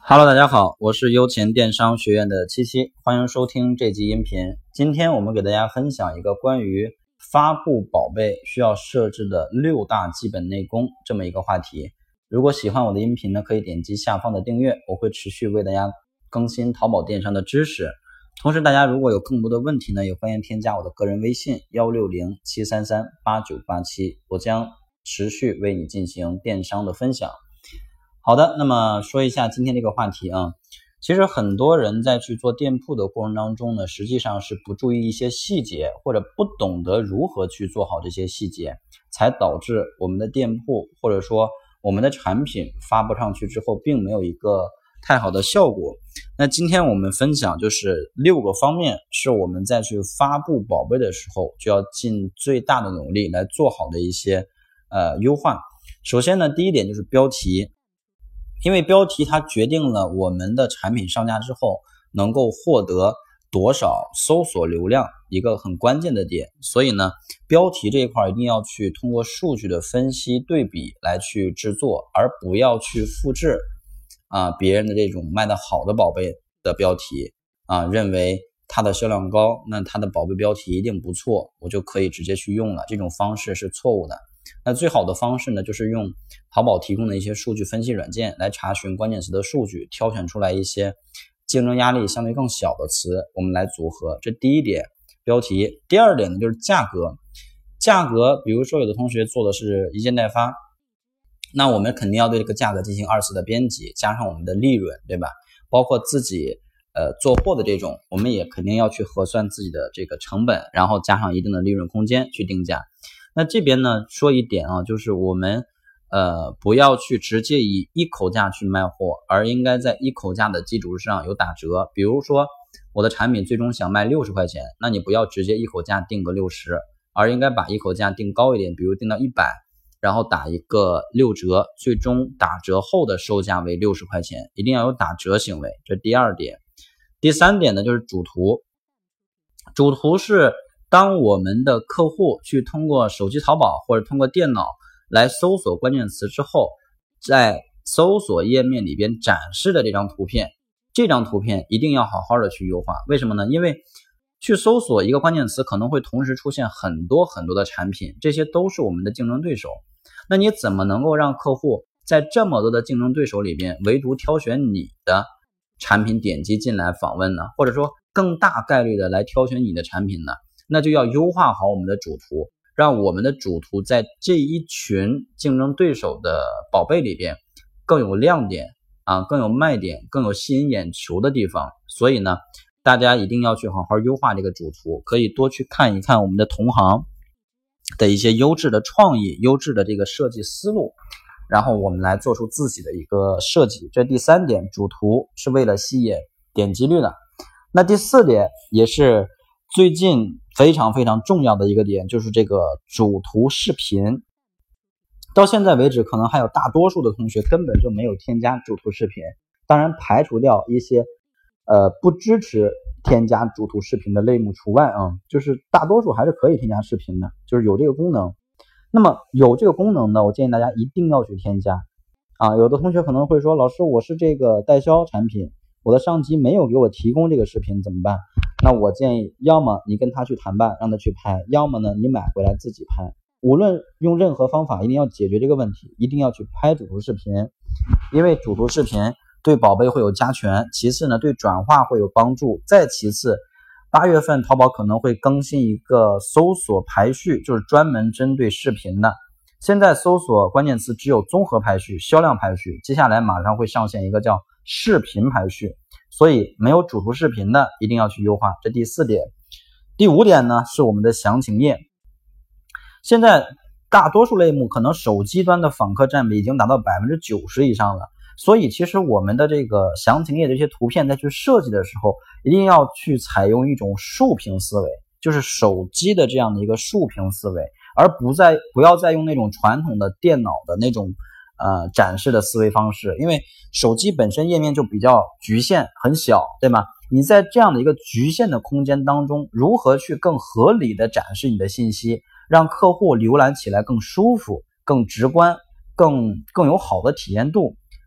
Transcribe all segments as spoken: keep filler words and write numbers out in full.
Hello， 大家好，我是优钱电商学院的七七，欢迎收听这集音频。今天我们给大家分享一个关于发布宝贝需要设置的六大基本内功这么一个话题。如果喜欢我的音频呢，可以点击下方的订阅，我会持续为大家更新淘宝电商的知识。同时大家如果有更多的问题呢，也欢迎添加我的个人微信一六零七三三八九八七，我将持续为你进行电商的分享。好的，那么说一下今天这个话题啊，其实很多人在去做店铺的过程当中呢，实际上是不注意一些细节，或者不懂得如何去做好这些细节，才导致我们的店铺或者说我们的产品发布上去之后并没有一个太好的效果。那今天我们分享就是六个方面是我们在去发布宝贝的时候就要尽最大的努力来做好的一些呃优化。首先呢，第一点就是标题，因为标题它决定了我们的产品上架之后能够获得多少搜索流量，一个很关键的点。所以呢，标题这一块一定要去通过数据的分析对比来去制作，而不要去复制啊别人的这种卖得好的宝贝的标题啊，认为它的销量高，那它的宝贝标题一定不错，我就可以直接去用了。这种方式是错误的。那最好的方式呢，就是用淘宝提供的一些数据分析软件来查询关键词的数据，挑选出来一些竞争压力相对更小的词，我们来组合。这第一点，标题。第二点呢，就是价格。价格，比如说有的同学做的是一件代发，那我们肯定要对这个价格进行二次的编辑，加上我们的利润，对吧？包括自己呃做货的这种，我们也肯定要去核算自己的这个成本，然后加上一定的利润空间去定价。那这边呢，说一点啊，就是我们呃不要去直接以一口价去卖货，而应该在一口价的基础上有打折。比如说我的产品最终想卖六十块钱，那你不要直接一口价定个六十，而应该把一口价定高一点，比如定到一百，然后打一个六折，最终打折后的售价为六十块钱，一定要有打折行为。这第二点。第三点呢，就是主图。主图是当我们的客户去通过手机淘宝或者通过电脑来搜索关键词之后，在搜索页面里边展示的这张图片，这张图片一定要好好的去优化。为什么呢？因为去搜索一个关键词可能会同时出现很多很多的产品，这些都是我们的竞争对手。那你怎么能够让客户在这么多的竞争对手里边唯独挑选你的产品点击进来访问呢？或者说更大概率的来挑选你的产品呢？那就要优化好我们的主图，让我们的主图在这一群竞争对手的宝贝里边更有亮点啊，更有卖点，更有吸引眼球的地方。所以呢，大家一定要去好好优化这个主图，可以多去看一看我们的同行的一些优质的创意，优质的这个设计思路，然后我们来做出自己的一个设计。这第三点，主图是为了吸引点击率的。那第四点也是最近非常非常重要的一个点，就是这个主图视频。到现在为止，可能还有大多数的同学根本就没有添加主图视频，当然排除掉一些呃不支持添加主图视频的类目除外啊，就是大多数还是可以添加视频的，就是有这个功能。那么有这个功能呢，我建议大家一定要去添加啊。有的同学可能会说，老师，我是这个代销产品，我的上级没有给我提供这个视频怎么办？那我建议，要么你跟他去谈判，让他去拍，要么呢你买回来自己拍。无论用任何方法，一定要解决这个问题，一定要去拍主图视频，因为主图视频对宝贝会有加权，其次呢对转化会有帮助，再其次八月份淘宝可能会更新一个搜索排序，就是专门针对视频的。现在搜索关键词只有综合排序、销量排序，接下来马上会上线一个叫视频排序，所以没有主图视频的一定要去优化。这第四点。第五点呢，是我们的详情页。现在大多数类目可能手机端的访客占比已经达到 百分之九十 以上了，所以其实我们的这个详情页这些图片在去设计的时候，一定要去采用一种竖屏思维，就是手机的这样的一个竖屏思维，而不再不要再用那种传统的电脑的那种呃展示的思维方式，因为手机本身页面就比较局限很小，对吗？你在这样的一个局限的空间当中，如何去更合理的展示你的信息，让客户浏览起来更舒服、更直观、更更有好的体验度，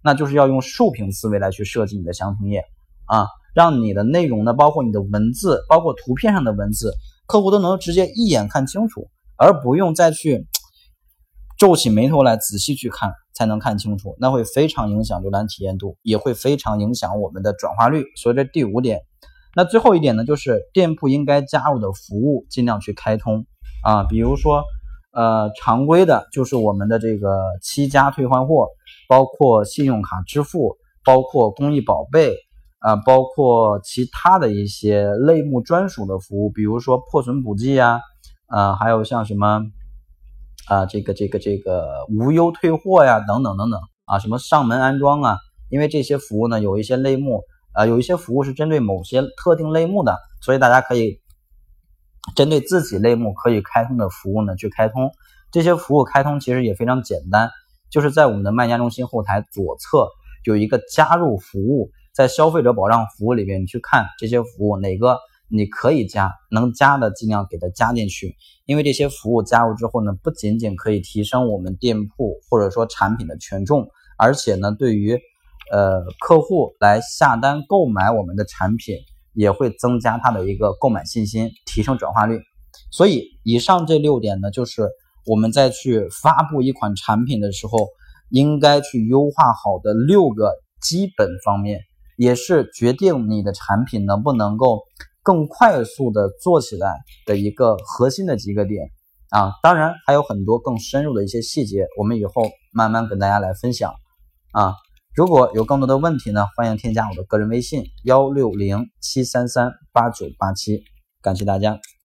那就是要用竖屏思维来去设计你的详情页啊，让你的内容呢，包括你的文字，包括图片上的文字，客户都能直接一眼看清楚，而不用再去皱起眉头来仔细去看才能看清楚，那会非常影响浏览体验度，也会非常影响我们的转化率。所以这第五点。那最后一点呢，就是店铺应该加入的服务尽量去开通啊，比如说呃常规的就是我们的这个七加退换货，包括信用卡支付，包括公益宝贝啊，包括其他的一些类目专属的服务，比如说破损补季啊，啊还有像什么啊这个这个这个无忧退货呀等等等等啊，什么上门安装啊，因为这些服务呢有一些类目呃，有一些服务是针对某些特定类目的，所以大家可以针对自己类目可以开通的服务呢去开通。这些服务开通其实也非常简单，就是在我们的卖家中心后台左侧有一个加入服务，在消费者保障服务里边你去看这些服务哪个你可以加，能加的尽量给它加进去。因为这些服务加入之后呢，不仅仅可以提升我们店铺或者说产品的权重，而且呢对于呃，客户来下单购买我们的产品，也会增加他的一个购买信心，提升转化率。所以以上这六点呢，就是我们在去发布一款产品的时候，应该去优化好的六个基本方面，也是决定你的产品能不能够更快速的做起来的一个核心的几个点啊。当然还有很多更深入的一些细节，我们以后慢慢跟大家来分享啊。如果有更多的问题呢，欢迎添加我的个人微信幺六零七三三八九八七，感谢大家。